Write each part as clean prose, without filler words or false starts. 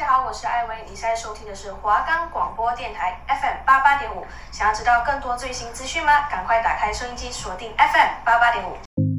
家好，我是艾薇，你现在收听的是华冈广播电台 FM 88.5。想要知道更多最新资讯吗？赶快打开收音机，锁定 FM 88.5。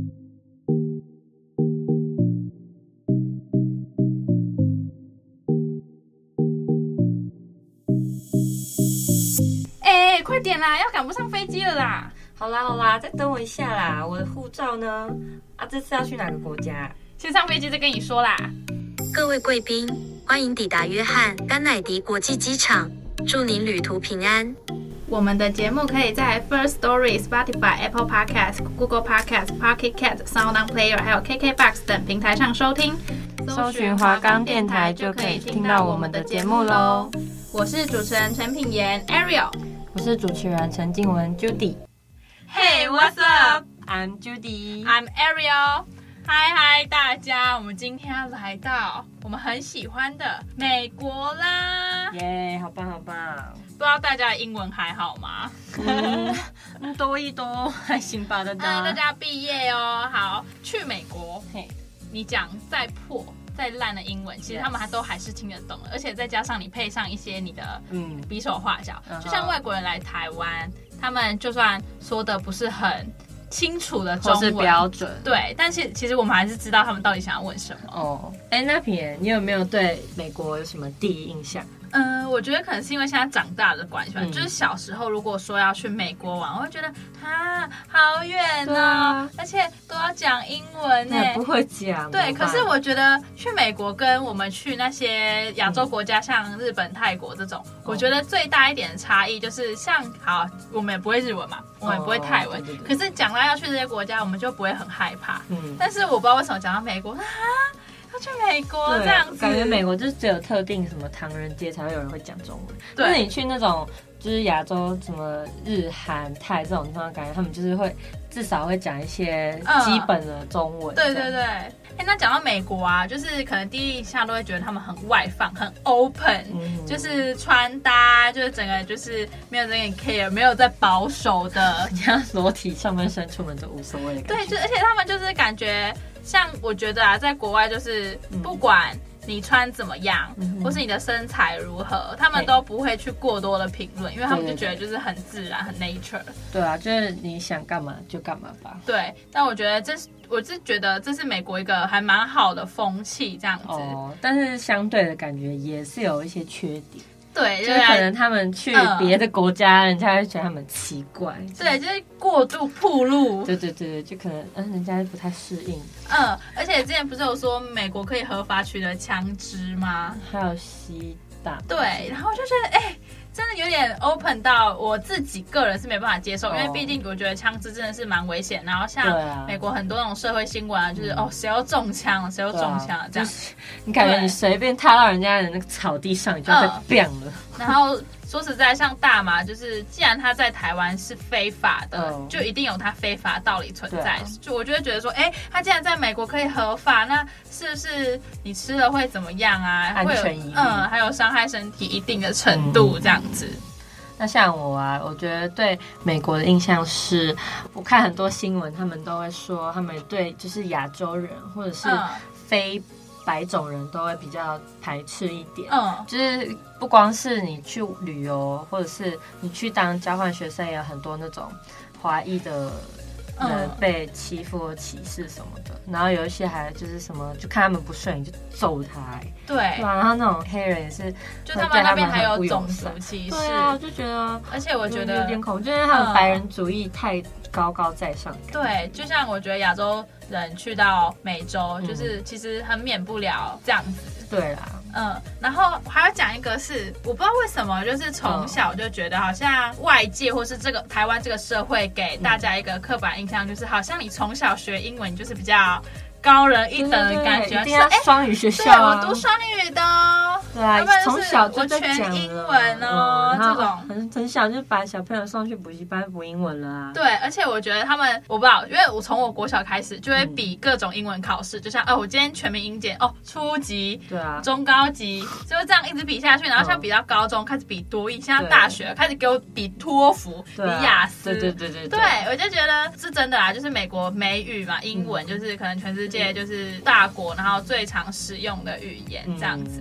快点啦，要赶不上飞机了啦！ 好啦，再等我一下啦，我的护照呢？这次要去哪个国家？ 先上飞机再跟你说啦。 各位贵宾，欢迎抵达约翰甘乃迪国际机场，祝您旅途平安。 我们的节目可以在 First Story、Spotify、Apple Podcast、Google Podcast、Pocket Cast、SoundOn Player 还有 KKBox 等平台上收听。 搜寻华冈电台就可以听到我们的节目咯。 我是主持人陈品妍 Ariel， 我是主持人陈静文 Judy。Hey, what's up? I'm Judy. I'm Ariel. 嗨，大家，我们今天要来到我们很喜欢的美国啦！ 耶，好棒！ 不知道大家的英文还好吗？ 多一多还行吧，大家毕业哦。好，去美国，你讲再破再烂的英文，其实他们都还是听得懂的，而且再加上你配上一些你的比手画脚，就像外国人来台湾，他们就算说的不是很清楚的中文或是标准， 对，但是其实我们还是知道他们到底想要问什么。 哦，那品言，你有没有对美国有什么第一印象？ 我觉得可能是因为现在长大的关系吧，就是小时候如果说要去美国玩，我会觉得好远哦，而且都要讲英文呢， 不会讲。 对，可是我觉得去美国跟我们去那些亚洲国家，像日本、泰国这种，我觉得最大一点的差异就是我们也不会日文嘛，我们也不会泰文， 对， 可是讲到要去这些国家，我们就不会很害怕。但是我不知道为什么讲到美国要去美国这样子， 感觉美国就是只有特定什么唐人街才会有人会讲中文。 对， 但是你去那种就是亚洲什么日韩泰这种地方，感觉他们就是会至少会讲一些基本的中文。 对。那讲到美国啊，就是可能第一印象都会觉得他们很外放，很 open，就是穿搭，就是整个就是没有在 care， 没有在保守的， 你要裸体上半身出门都无所谓的感觉。 对，而且他们就是感觉。像我觉得在国外就是不管你穿怎么样，或是你的身材如何，他们都不会去过多的评论，因为他们就觉得就是很自然、很 nature。 对啊，就是你想干嘛就干嘛吧。 对，但我是觉得这是美国一个还蛮好的风气，这样子。 但是相对的感觉也是有一些缺点。 对， 就是可能他们去别的国家，人家会觉得他们奇怪。 对，就是过度暴露。 对，就可能人家不太适应。 而且之前不是有说美国可以合法取得枪支吗？ 还有吸大。 对，然后我就觉得真的有点 open 到我自己个人是没办法接受，因为毕竟我觉得枪支真的是蛮危险。然后像美国很多那种社会新闻啊，就是谁又中枪了，谁又中枪了这样。 你感觉你随便踏到人家的那个草地上，你就要被砰了。 然后说实在，像大麻，就是既然它在台湾是非法的，就一定有它非法的道理存在。就我就会觉得说，它既然在美国可以合法，那是不是你吃了会怎么样啊？ 安全疑虑， 还有伤害身体一定的程度这样子。 那像我啊，我觉得对美国的印象是，我看很多新闻，他们都会说，他们对就是亚洲人或者是非白种人都会比较排斥一点。就是不光是你去旅游，或者是你去当交换学生，也有很多那种华裔的人被欺负或歧视什么的。然后有一些还就是什么，就看他们不顺眼就揍他。对啊，然后那种黑人也是， 就他们那边还有种族歧视。 对啊，我就觉得， 而且我觉得有点恐怖，就是他们白人主义太高在上。 对，就像我觉得亚洲人去到美洲，就是其实很免不了这样子。 对啦。 然后还要讲一个是，我不知道为什么，就是从小就觉得好像外界或是这个台湾这个社会给大家一个刻板印象，就是好像你从小学英文就是比较高人一等的感觉， 一定要双语学校对，我读双语的对啊，从小就在讲全英文这种很小就把小朋友送去补习班补英文了啊。 对，而且我觉得他们，我不知道，因为我从我国小开始就会比各种英文考试，就像我今天全民英检初级，对啊，中高级，就这样一直比下去，然后像比到高中开始比多益，现在大学开始给我比托福、比雅思，对，我就觉得是真的啦，就是美国美语嘛，英文就是可能全世界就是大国，然后最常使用的语言这样子。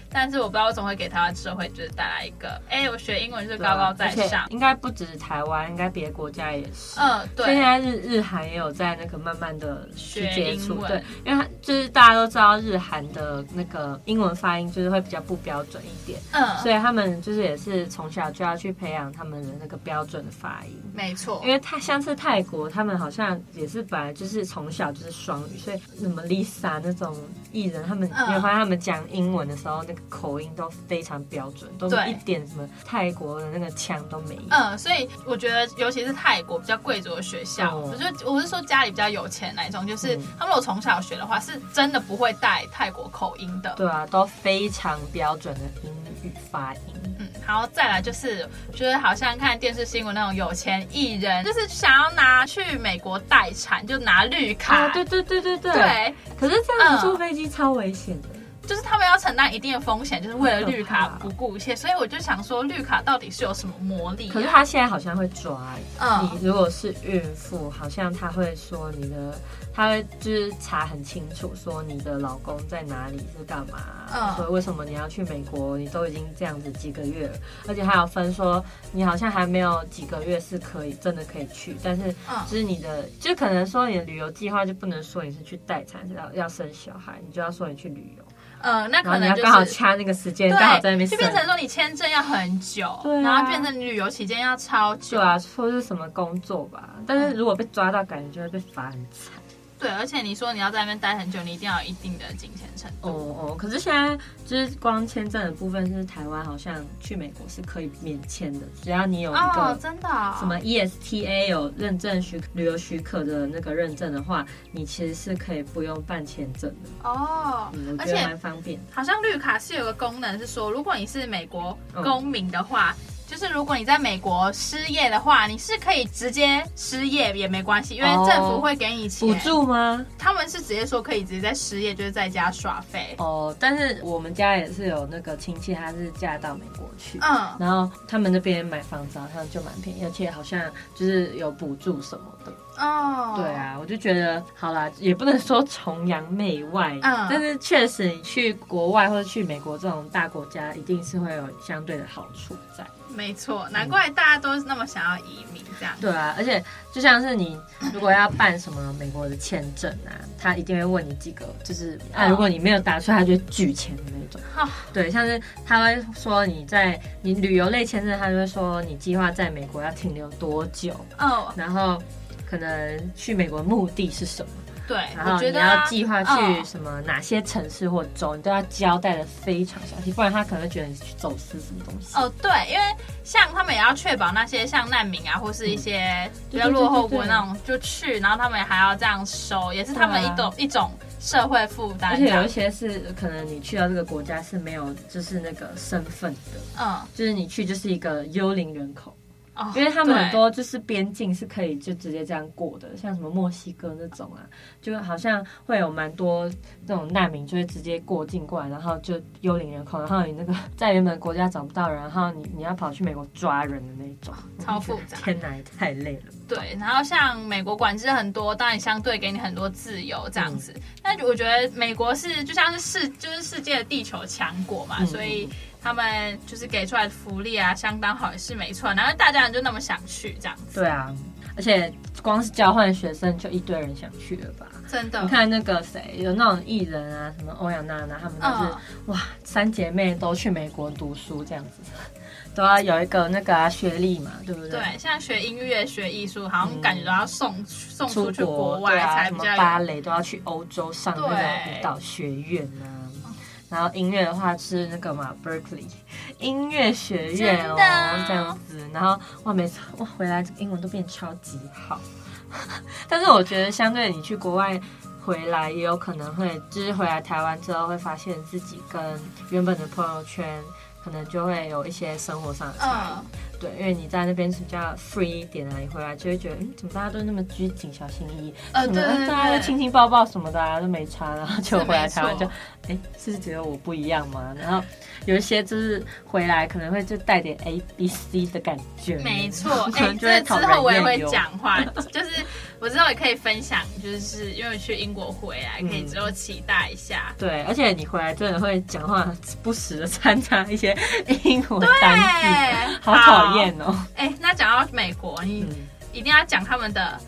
但是我不知道为什么会给台湾社会就是带来一个，我学英文就是高高在上， 应该不只是台湾，应该别的国家也是。 对。 所以现在日韩也有在那个慢慢的去接触，对，因为就是大家都知道日韩的那个英文发音就是会比较不标准一点，所以他们就是也是从小就要去培养他们的那个标准的发音。 没错， 因为像是泰国，他们好像也是本来就是从小就是双语，所以什么 Lisa 那种艺人，他们你会发现他们讲英文的时候，那个口音都非常标准，都一点什么泰国的那个腔都没有。 所以我觉得，尤其是泰国比较贵族的学校，我是说家里比较有钱那一种，就是他们如果从小学的话，是真的不会带泰国口音的。 对啊，都非常标准的英语发音。 然后再来就是好像看电视新闻那种有钱艺人，就是想要拿去美国待产，就拿绿卡。 对。可是这样子坐飞机超危险的。 就是他们要承担一定的风险，就是为了绿卡不顾一切，所以我就想说，绿卡到底是有什么魔力？ 可是他现在好像会抓你，如果是孕妇，好像他会说他会就是查很清楚，说你的老公在哪里是干嘛，所以为什么你要去美国？你都已经这样子几个月了，而且还有分说你好像还没有几个月是真的可以去，但是就是你的就可能说你的旅游计划就不能说你是去待产，是要生小孩，你就要说你去旅游。 那可能就是刚好掐那个时间，刚好在那边， 就变成说你签证要很久，然后变成你旅游期间要超久， 对啊，或是什么工作吧。但是如果被抓到，感觉就会被罚很惨。 对，而且你说你要在那边待很久，你一定要有一定的金钱程度。 可是现在就是光签证的部分，是台湾好像去美国是可以免签的，只要你有一个真的什么 ESTA 有认证旅游许可的那个认证的话，你其实是可以不用办签证的。我觉得蛮方便。 好像绿卡是有个功能是说，如果你是美国公民的话。就是如果你在美国失业的话，你是可以直接失业也没关系，因为政府会给你钱。 补助吗？ 他们是直接说可以直接在失业就是在家耍废。 但是我们家也是有那个亲戚，他是嫁到美国去，然后他们那边买房子好像就蛮便宜，而且好像就是有补助什么的。对啊，我就觉得好啦，也不能说崇洋媚外，但是确实你去国外或者去美国这种大国家，一定是会有相对的好处在。 没错，难怪大家都那么想要移民这样。 对啊，而且就像是你如果要办什么美国的签证啊，他一定会问你几个，就是如果你没有答出来，他就会拒签的那种。对，像是他会说你旅游类签证，他就会说你计划在美国要停留多久，然后可能去美国的目的是什么。 对， 然后你要计划去什么哪些城市或州，你都要交代的非常详细，不然他可能会觉得你去走私什么东西。 对，因为像他们也要确保那些像难民啊，或是一些比较落后国那种就去，然后他们还要这样收，也是他们一种社会负担。 而且有一些是可能你去到这个国家是没有就是那个身份的，就是你去就是一个幽灵人口。因为他们很多就是边境是可以就直接这样过的，像什么墨西哥那种啊，就好像会有蛮多那种难民就会直接过境过来，然后就幽灵人口，然后你那个在原本国家找不到人，然后你要跑去美国抓人的那种， 超复杂。 天哪，也太累了。 对，然后像美国管制很多，当然相对给你很多自由这样子，但我觉得美国是就像是世界的地球强国嘛，所以他们就是给出来的福利啊，相当好也是没错，然后大家人就那么想去这样子。 对啊，而且光是交换学生就一堆人想去了吧？ 真的， 你看那个谁，有那种艺人啊，什么欧阳娜娜，他们都是哇，三姐妹都去美国读书这样子。都要有一个那个学历嘛，对不对？ 对，像学音乐、学艺术，好像感觉都要送出去国外才比较。 什么芭蕾都要去欧洲上那种舞蹈学院啊。然后音乐的话是那个嘛 ，Berkeley 音乐学院哦，这样子。然后每次回来这个英文都变超级好。但是我觉得相对你去国外回来，也有可能会就是回来台湾之后会发现自己跟原本的朋友圈。可能就会有一些生活上的差异，对，因为你在那边是比较 free 一点啊，你回来就会觉得，怎么大家都那么拘谨、小心翼翼，对，大家都亲亲抱抱什么的啊，都没差，然后就回来台湾就，是只有我不一样吗？然后有一些就是回来可能会就带点 A B C 的感觉， 没错，这之后我也会讲话，就是我之后也可以分享，就是因为去英国回来，可以之后期待一下。 对，而且你回来真的会讲话，不时的掺杂一些英文单词，好讨厌哦。 那讲到美国，你一定要讲他们的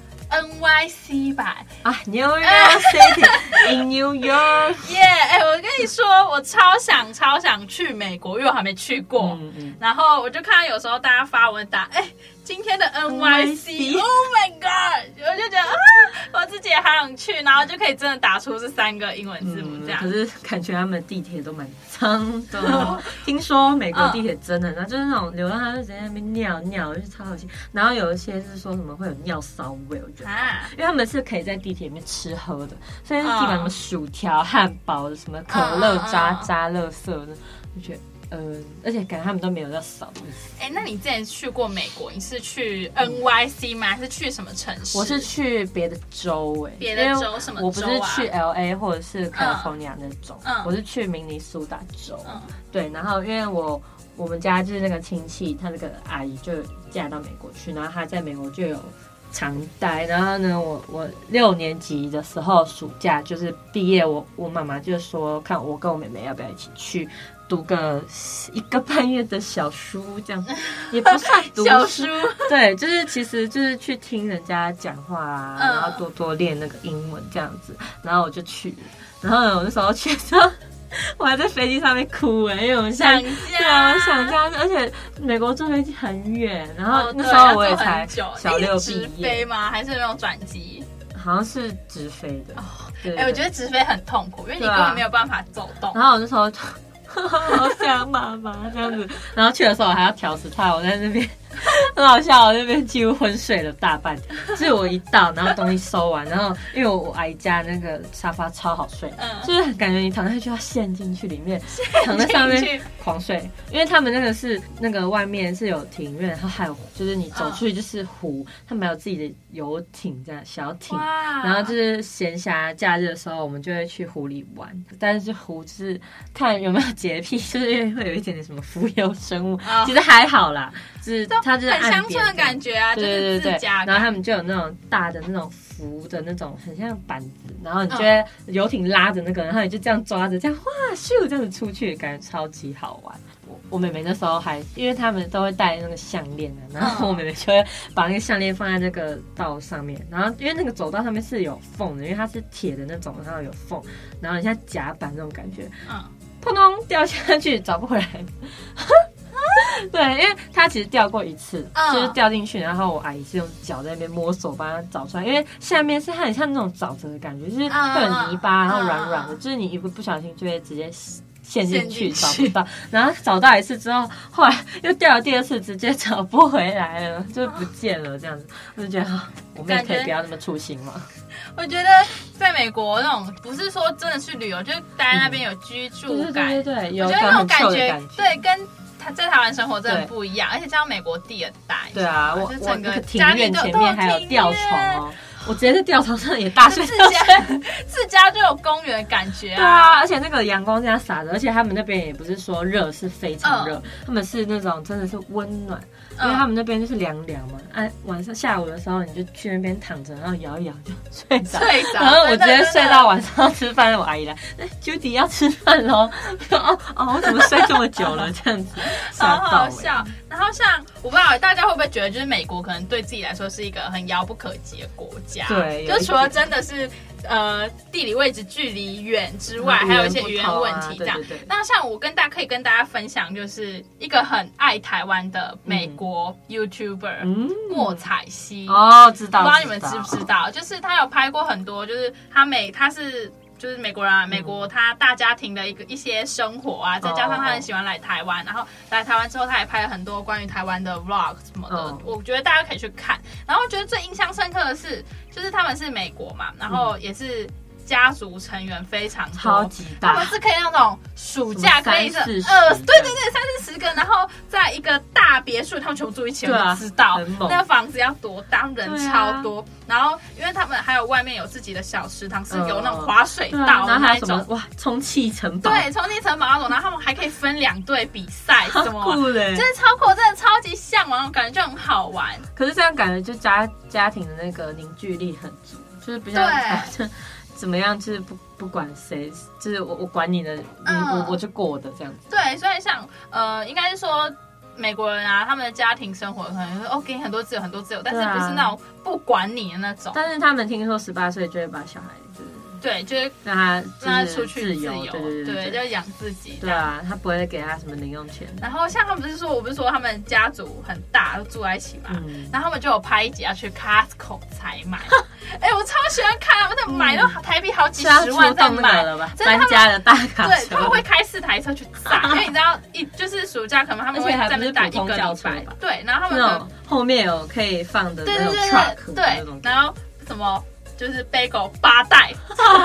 NYC 吧？ 啊 ，New York City in New York。 我跟你说，我超想去美国，因为我还没去过。然后我就看到有时候大家发文打，今天的 NYC，Oh my God！ 我就觉得我自己也好想去，然后就可以真的打出这3个英文字母这样。 可是感觉他们的地铁都蛮脏的，听说美国地铁真的很脏，就是那种流浪汉就直接在那边尿，就是超恶心。然后有一些是说什么会有尿骚味，我觉得，因为他们是可以在地铁里面吃喝的，所以地板什么薯条、汉堡、什么可乐渣、垃圾的，就觉得。而且感觉他们都没有要扫的意思。 那你之前去过美国，你是去 NYC 吗？还是去什么城市？ 我是去别的州别的州什么州啊？ 我不是去 LA 或者是 California 那种，我是去明尼苏达州。对，然后因为我们家就是那个亲戚，他那个阿姨就嫁到美国去，然后他在美国就有常待。然后呢，我6年级的时候暑假就是毕业，我妈妈就说看我跟我妹妹要不要一起去。读个1个半月的小书，这样也不算读小书。 对，其实就是去听人家讲话啊，然后多练那个英文这样子。然后我就去了，然后呢，我那时候去的时候，我还在飞机上面哭因为我想家，对啊，我想家，而且美国坐飞机很远，然后那时候我也才小6毕业。 直飞吗？还是那种转机？ 好像是直飞的。 我觉得直飞很痛苦，因为你根本没有办法走动。 然后我那时候好想妈妈这样子，然后去的时候我还要调时差，我在那边很好笑，我那边几乎昏睡了大半天。就是我一到，然后东西收完，然后因为我阿姨家那个沙发超好睡，就是感觉你躺下去就要陷进去里面，躺在上面狂睡。因为他们那个外面是有庭院，然后还有就是你走出去就是湖，他们还有自己的游艇这样小艇，然后就是闲暇假日的时候，我们就会去湖里玩。但是湖就是看有没有洁癖，就是因为会有一点点什么浮游生物，其实还好啦，就是它就是很乡村的感觉啊，对，自家。 然后他们就有那种大的那种浮的那种，很像板子，然后你就会游艇拉着那个，然后你就这样抓着，这样哇咻这样子出去，感觉超级好玩。我妹妹那时候还，因为他们都会戴那个项链然后我妹妹就会把那个项链放在那个道上面，然后因为那个走道上面是有缝的，因为它是铁的那种，然后有缝，然后你像甲板那种感觉，砰咚掉下去找不回来。对，因为他其实掉过一次，就是掉进去，然后我阿姨是用脚在那边摸索帮他找出来，因为下面是它很像那种沼泽的感觉，就是会有泥巴，然后软软的，就是你一个不小心就会直接陷进去找不到，然后找到一次之后，后来又掉了第2次，直接找不回来了，就不见了这样子。我就觉得我们也可以不要那么粗心嘛。 我觉得在美国那种不是说真的去旅游，就是待在那边有居住感， 对，有我觉得那种感觉， 对，跟他在台湾生活真的不一样，而且加上美国地很大， 对啊，我整个庭院前面还有吊床我直接在吊床上也大睡， 自家就有公园的感觉对啊，而且那个阳光这样洒着，而且他们那边也不是说热，是非常热，他们是那种真的是温暖，因为他们那边就是凉凉嘛，晚上下午的时候你就去那边躺着，然后摇一摇就睡着，然后我直接睡到晚上吃饭，我阿姨来，Judy 要吃饭咯，我怎么睡这么久了这样子， 好好笑。然后像我不知道大家会不会觉得，就是美国可能对自己来说是一个很遥不可及的国家， 对， 就除了真的是地理位置距离远之外，还有一些语言问题这样。那像我可以跟大家分享，就是一个很爱台湾的美国 YouTuber 莫彩希知道， 不知道你们知不知道？就是他有拍过很多，就是他是。就是美国人啊，美国他大家庭的一些生活啊，再加上他很喜欢来台湾，然后来台湾之后，他也拍了很多关于台湾的 vlog 什么的，我觉得大家可以去看。然后我觉得最印象深刻的是，就是他们是美国嘛，然后也是家族成员非常多， 超级大， 他们是可以那种暑假可以是对，30-40 个，然后在一个大别墅，他们全部住一起，我们知道那个房子要多大，人超多。然后因为他们还有外面有自己的小食堂，是有那种滑水道的那一种， 哇，充气城堡， 对，充气城堡那种。然后他们还可以分2队比赛，什么酷的， 真的超酷，真的超级向往，感觉就很好玩。 可是这样感觉就家庭的那个凝聚力很足，就是比较怎么样，就是不管谁，就是我管你的，我就过我的这样子。 对，所以像应该是说美国人啊，他们的家庭生活可能是给你很多自由，但是不是那种不管你的那种。 但是他们听说18岁就会把小孩对，就是让他出去自由， 对， 就养自己。 对啊，他不会给他什么零用钱。 然后像他们我不是说他们家族很大，都住在一起嘛，然后他们就有拍一集要去 Costco 采买。我超喜欢看，他们买到台币好几10万在买了吧？搬家的大卡车， 对，他们会开4台车去载，因为你知道就是暑假可能他们会在那边打1个礼拜，对，然后他们后面有可以放的那种 truck， 对，然后什么。就是bagel 8袋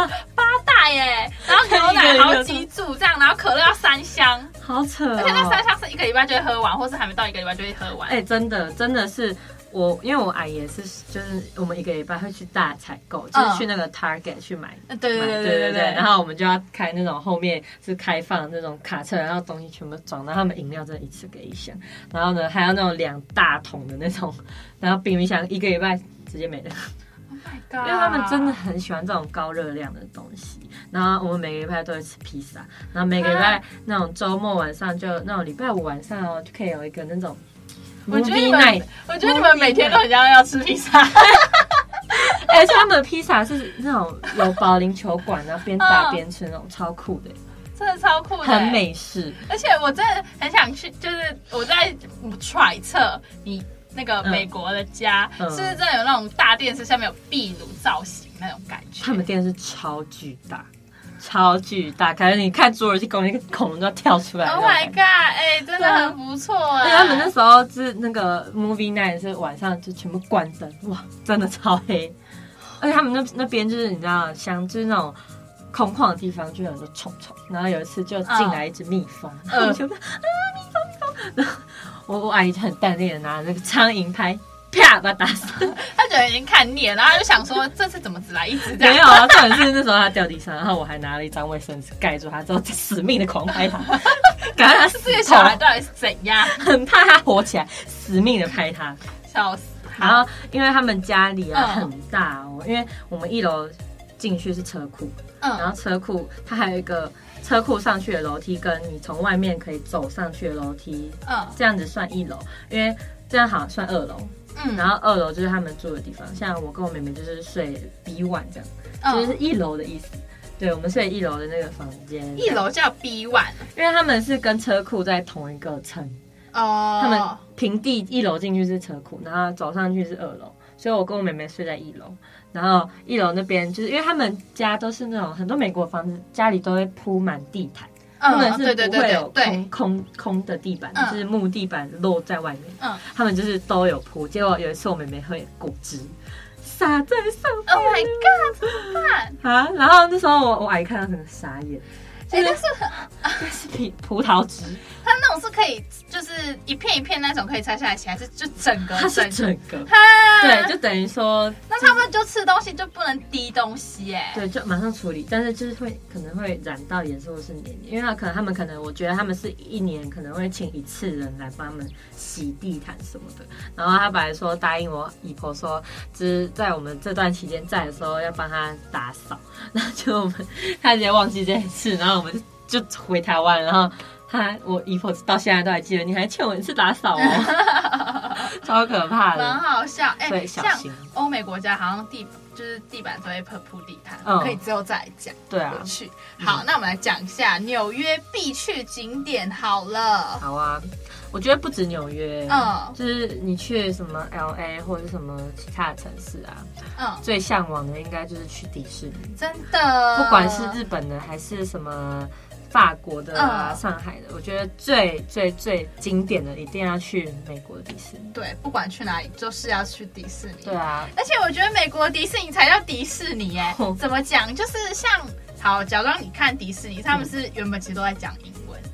，8袋耶，然后牛奶好几组这样，然后可乐要3箱， 好扯哦！ 而且那3箱是1个礼拜就会喝完，或是还没到1个礼拜就会喝完。 真的是因为我阿姨也是，就是我们1个礼拜会去大采购，就是去那个 Target 去买，对，然后我们就要开那种后面是开放那种卡车，然后东西全部装，然后他们饮料真的一次给1箱，然后呢还有那种2大桶的那种，然后冰箱1个礼拜直接没了。因为他们真的很喜欢这种高热量的东西，然后我们每个礼拜都会吃披萨，然后每个礼拜那种周末晚上就那种礼拜5晚上就可以有一个那种 movie night。 我觉得你们每天都很像要吃披萨， 而且他们的披萨是那种有保龄球馆，然后边打边吃那种，超酷的。 真的超酷的， 很美式。 而且我真的很想去，就是我在揣测你那个美国的家，是不是真的有那种大电视下面有壁炉造型那种感觉？ 他们电视超巨大，超巨大，感觉你看侏罗纪公园那个恐龙都要跳出来。 Oh my god！ 真的很不错哎。 而且他们那时候是那个 movie night 是晚上就全部关灯，哇，真的超黑。而且他们那边就是你知道，像就是那种空旷的地方就有很多虫虫，然后有一次就进来一只蜜蜂，全部蜜蜂，然后我阿姨就很淡定的拿那个苍蝇拍，啪把它打死。 他觉得已经看腻了，然后他就想说这次怎么只来一只这样？ 没有啊，重点是那时候他掉地上，然后我还拿了一张卫生纸盖住他，之后死命的狂拍他，赶快他死。 这个小孩到底是怎样？ 很怕他活起来，死命的拍他， 笑死。 然后因为他们家里很大哦，因为我们1楼进去是车库，然后车库它还有一个车库上去的楼梯，跟你从外面可以走上去的楼梯，这样子算1楼，因为这样好像算2楼，然后2楼就是他们住的地方，像我跟我妹妹就是睡 B1 这样，就是1楼的意思。对，我们睡1楼的那个房间 ，1楼叫 B1， 因为他们是跟车库在同一个层。他们平地1楼进去是车库，然后走上去是2楼，所以我跟我妹妹睡在1楼。然后1楼那边就是因为他们家都是那种很多美国房子家里都会铺满地毯，他们是不会有空的地板，就是木地板落在外面，他们就是都有铺。结果有一次我妹妹喝果汁洒在上面 ，Oh my god， 怎么办啊？然后那时候我阿姨看到整个傻眼。 但是葡萄汁， 它那种是可以，就是一片一片那种可以拆下来起来，是就整个， 它是整个，对，就等于说， 那他们就吃东西就不能滴东西哎， 对，就马上处理，但是就是可能会染到颜色或是黏黏，因为他们可能我觉得他们是1年可能会请1次人来帮他们洗地毯什么的，然后他本来说答应我姨婆说，就是在我们这段期间在的时候要帮他打扫，然后就他直接忘记这件事，然后我们就回台湾，然后我姨婆到现在都还记得，你还欠我1次打扫哦，超可怕的， 蛮好笑。 像欧美国家好像地板都会铺地毯，可以之后再来讲。 对啊， 好，那我们来讲一下纽约必去景点好了。 好啊，我觉得不止纽约，就是你去什么 LA 或者是什么其他的城市啊，最向往的应该就是去迪士尼。 真的， 不管是日本的还是什么法国的上海的，我觉得最最最经典的一定要去美国的迪士尼。 对，不管去哪里就是要去迪士尼。 对啊， 而且我觉得美国迪士尼才叫迪士尼怎么讲？就是像好，假装你看迪士尼，他们是原本其实都在讲英文，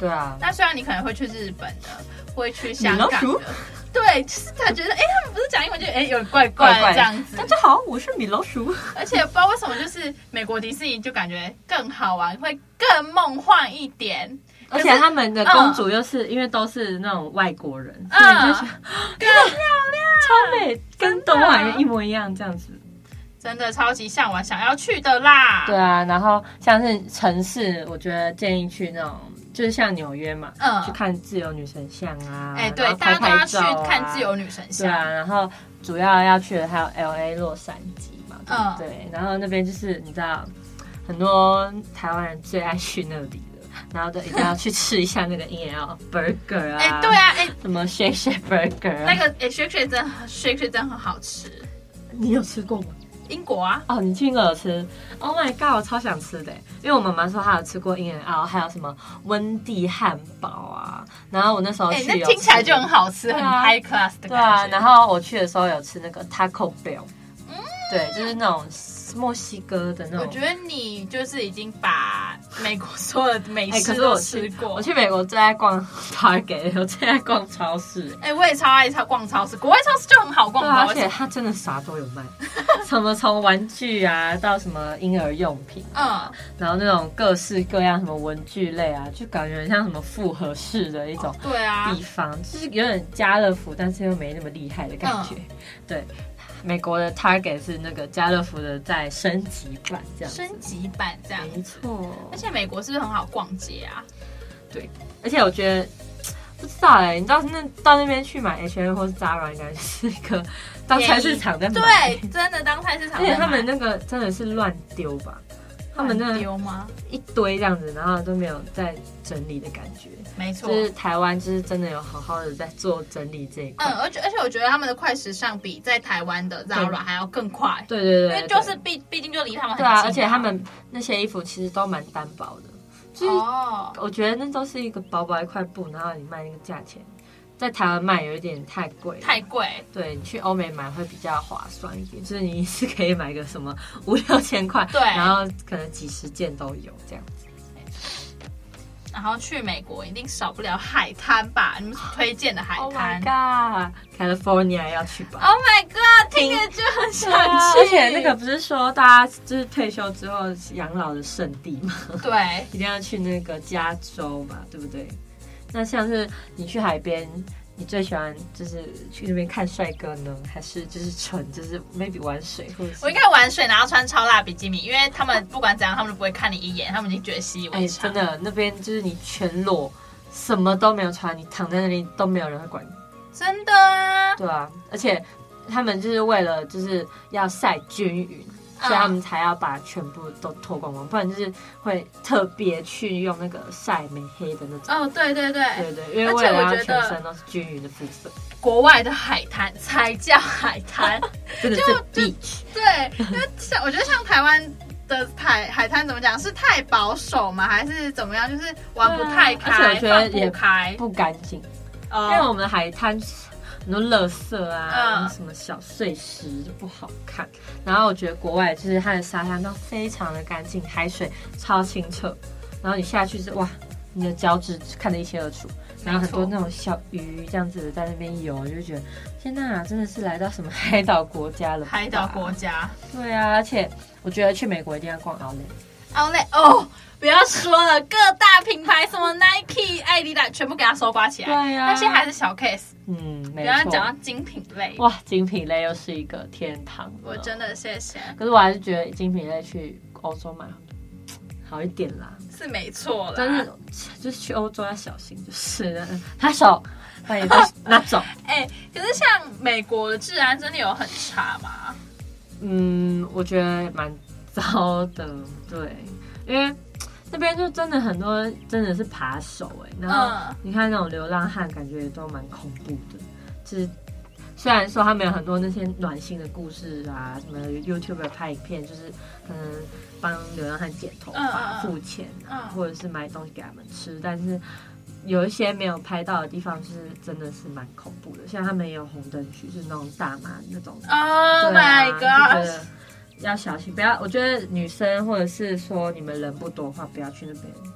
对啊。 那虽然你可能会去日本的，会去香港的，对，就是他觉得，他们不是讲英文就有点怪怪的这样子。 大家好，我是米老鼠。 而且不知道为什么，就是美国迪士尼就感觉更好玩，会更梦幻一点。 而且他们的公主又是因为都是那种外国人，所以就觉得更漂亮， 超美，跟动画里面一模一样这样子。 真的超级向往，想要去的啦。 对啊，然后像是城市，我觉得建议去那种，就是像纽约嘛，去看自由女神像啊。 对，大家都要去看自由女神像。 对啊，然后主要要去的还有 LA 洛杉矶嘛，对，然后那边就是你知道，很多台湾人最爱去那里。然后就一定要去吃一下那个 In-N-Out Burger 啊， 对啊， 什么 Shake Shack Burger 啊， 那个Shake Shack 真的很好吃。 你有吃过吗？ 英国啊？ 哦，你去英国有吃 ？Oh my god， 我超想吃的，因为我妈妈说她有吃过 In-N-Out， 还有什么温蒂汉堡啊。然后我那时候去， 那听起来就很好吃，很 high class 的感觉。 对啊，然后我去的时候有吃那个 Taco Bell，对，就是那种墨西哥的那种。 我觉得你就是已经把美国所有的美食都吃过。 我去美国最爱逛 Target， 我最爱逛超市。 我也超爱逛超市，国外超市就很好逛， 而且它真的啥都有卖，什么从玩具啊到什么婴儿用品，然后那种各式各样什么文具类啊，就感觉很像什么复合式的一种地方，就是有点家乐福，但是又没那么厉害的感觉，对。美国的 Target 是那个家乐福的在升级版这样， 升级版这样， 没错。 而且美国是不是很好逛街啊？ 对，而且我觉得不知道你知道到那边去买 H&M 或是 Zara 应该是一个当菜市场在买， 对，真的当菜市场在买。 而且他们那个真的是乱丢吧？他们那丢吗？ 一堆这样子，然后都没有在整理的感觉。 没错， 就是台湾就是真的有好好的在做整理这一块。 而且我觉得他们的快时尚比在台湾的 Zara 还要更快。 对，因为就是毕竟就离他们很近。对啊，而且他们那些衣服其实都蛮单薄的，就是我觉得那都是一个薄薄一块布，然后你卖那个价钱。在台湾卖有一点太贵，对，你去欧美买会比较划算一点，就是你一次可以买个什么5-6千块， 对， 然后可能几十件都有这样子。 然后去美国一定少不了海滩吧？你们推荐的海滩 ？Oh my god，California 要去吧 ？Oh my god， 听着就很想去。 而且那个不是说大家就是退休之后养老的圣地吗？ 对， 一定要去那个加州嘛，对不对？那像是你去海边，你最喜欢就是去那边看帅哥呢，还是就是纯就是 maybe 玩水，或者是我应该玩水，然后穿超辣比基尼，因为他们不管怎样，他们都不会看你一眼，他们已经觉得习以为常。 真的，那边就是你全裸，什么都没有穿，你躺在那里都没有人会管你。 真的啊？ 对啊，而且他们就是为了就是要晒均匀。所以他们才要把全部都脱光光，不然就是会特别去用那个晒美黑的那种。 对， 因为为了要全身都是均匀的肤色。 国外的海滩才叫海滩， 真的是 beach。 对，因为我觉得像台湾的海滩怎么讲，是太保守吗？还是怎么样？就是玩不太开， 而且我觉得也开不干净，因为我们的海滩。很多垃圾啊，什么小碎石就不好看。然后我觉得国外就是它的沙滩都非常的干净，海水超清澈。然后你下去是哇，你的脚趾看得一清二楚。然后很多那种小鱼这样子在那边游，就觉得天哪，真的是来到什么海岛国家了？ 海岛国家。 对啊，而且我觉得去美国一定要逛 Outlet 哦。不要说了，各大品牌什么 Nike、艾迪达全部给它收刮起来。 对呀， 那些还是小 case。 没错。 刚刚讲到精品类， 哇，精品类又是一个天堂。 我真的谢谢。 可是我还是觉得精品类去欧洲买好一点啦。 是没错啦， 但是就是去欧洲要小心，就是他手把你拿走。 可是像美国的治安真的有很差吗？ 我觉得蛮糟的，对，因为。那边就真的很多真的是扒手然后你看那种流浪汉，感觉都蛮恐怖的。就是虽然说他们有很多那些暖心的故事啊，什么 YouTuber 拍影片，就是可能帮流浪汉剪头发、付钱啊，或者是买东西给他们吃，但是有一些没有拍到的地方，是真的是蛮恐怖的。像他们也有红灯区，是那种大麻那种。 Oh my god！ 要小心，不要。我觉得女生或者是说你们人不多的话，不要去那边。我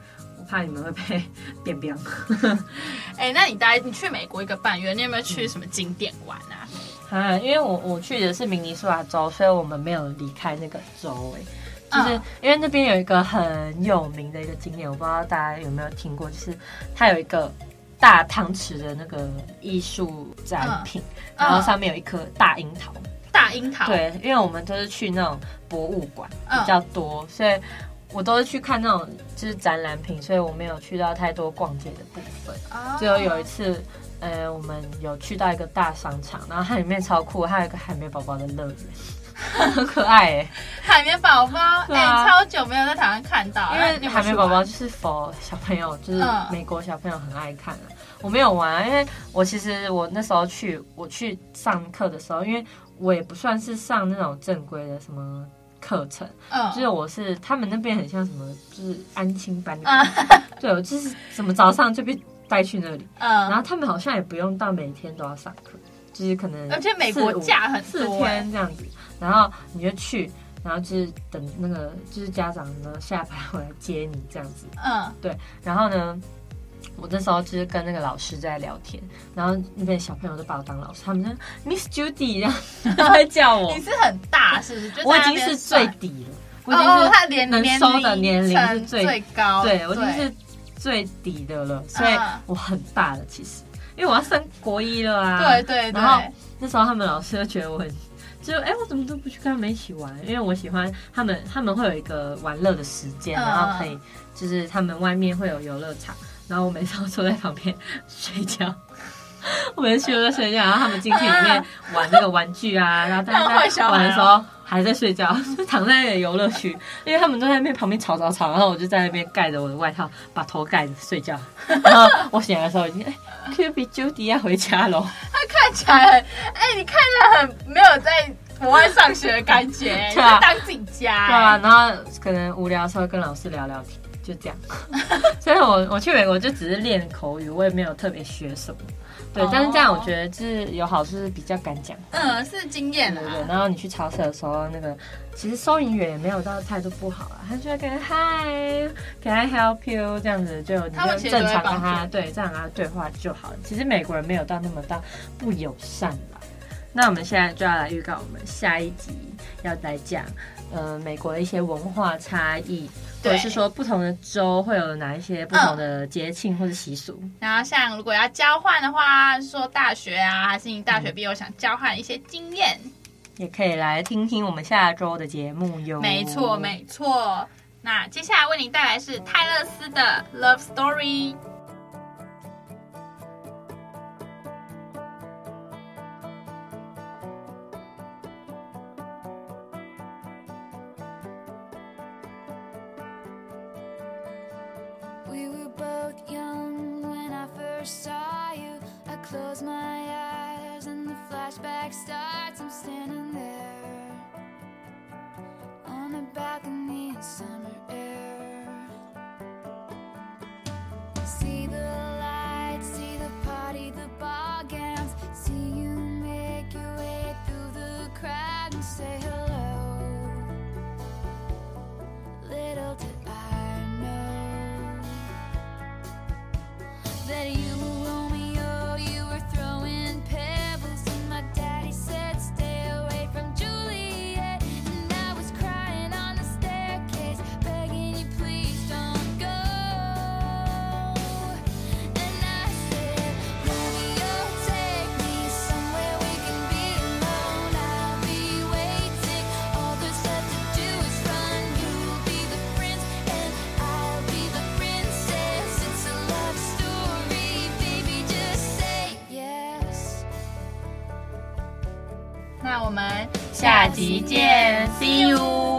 怕你们会被变变。 那你去美国1个半月，你有没有去什么景点玩啊？ 因为我去的是明尼苏达州，所以我们没有离开那个州。就是因为那边有一个很有名的一个景点，我不知道大家有没有听过，就是它有一个大汤匙的那个艺术展品，然后上面有一颗大樱桃。 大樱桃。 对，因为我们都是去那种博物馆比较多，所以我都是去看那种就是展览品，所以我没有去到太多逛街的部分。只有一次，我们有去到一个大商场，然后它里面超酷，它有一个海绵宝宝的乐园。很可爱海绵宝宝，超久没有在台湾看到， 因为海绵宝宝就是for小朋友，就是美国小朋友很爱看我没有玩因为我那时候我去上课的时候，因为我也不算是上那种正规的什么课程，就是他们那边很像什么，就是安亲班的对，我就是什么早上就被带去那里，然后他们好像也不用到每天都要上课，就是可能而且美国假很多 4天这样子。然后你就去，然后就是等那个就是家长呢下班回来接你这样子。对。然后呢，我那时候就是跟那个老师在聊天，然后那边小朋友都把我当老师，他们说 Miss Judy 这样，他会叫我。 你是很大是不是？ 我已经是最底了，我已经是他能收的年龄是最高， 对我已经是最底的了，所以我很大了其实，因为我要升国一了啊。 对。 然后那时候他们老师就觉得我很。就我怎么都不去跟他们一起玩？因为我喜欢他们会有一个玩乐的时间，然后可以就是他们外面会有游乐场，然后我每次都坐在旁边睡觉。我每次去都在睡觉，然后他们进去里面玩那个玩具啊，然后大家在玩的时候还在睡觉，就躺在那个游乐区，因为他们都在那边旁边吵，然后我就在那边盖着我的外套，把头盖着睡觉。然后我醒来的时候已经QB Judy 要回家了。 他看起来你看起来很没有在国外上学的感觉，就当自己家。 对啊，然后可能无聊的时候跟老师聊聊天，就这样。所以我去美国就只是练口语，我也没有特别学什么。对，但是这样我觉得就是有好处，是比较敢讲。 是经验啊。 对。然后你去超市的时候，那个其实收银员也没有到态度不好啊，他就会跟Hi Can I help you 这样子，就你就正常跟他这样跟他对话就好了。其实美国人没有到那么到不友善啦。那我们现在就要来预告我们下一集要来讲美国的一些文化差异，或者是说不同的州会有哪一些不同的节庆或者习俗。 然后像如果要交换的话，说大学啊，还是你大学毕业想交换一些经验， 也可以来听听我们下周的节目哟。 没错。那接下来为您带来是泰勒斯的 Love Story。 Saw you, I close my eyes and the flashback starts. I'm standing there on the balcony in summer air. See the lights, see the party, the ball gowns. See you make your way through the crowd and say hello. Little did I know that you 那我们下集见 ，See you。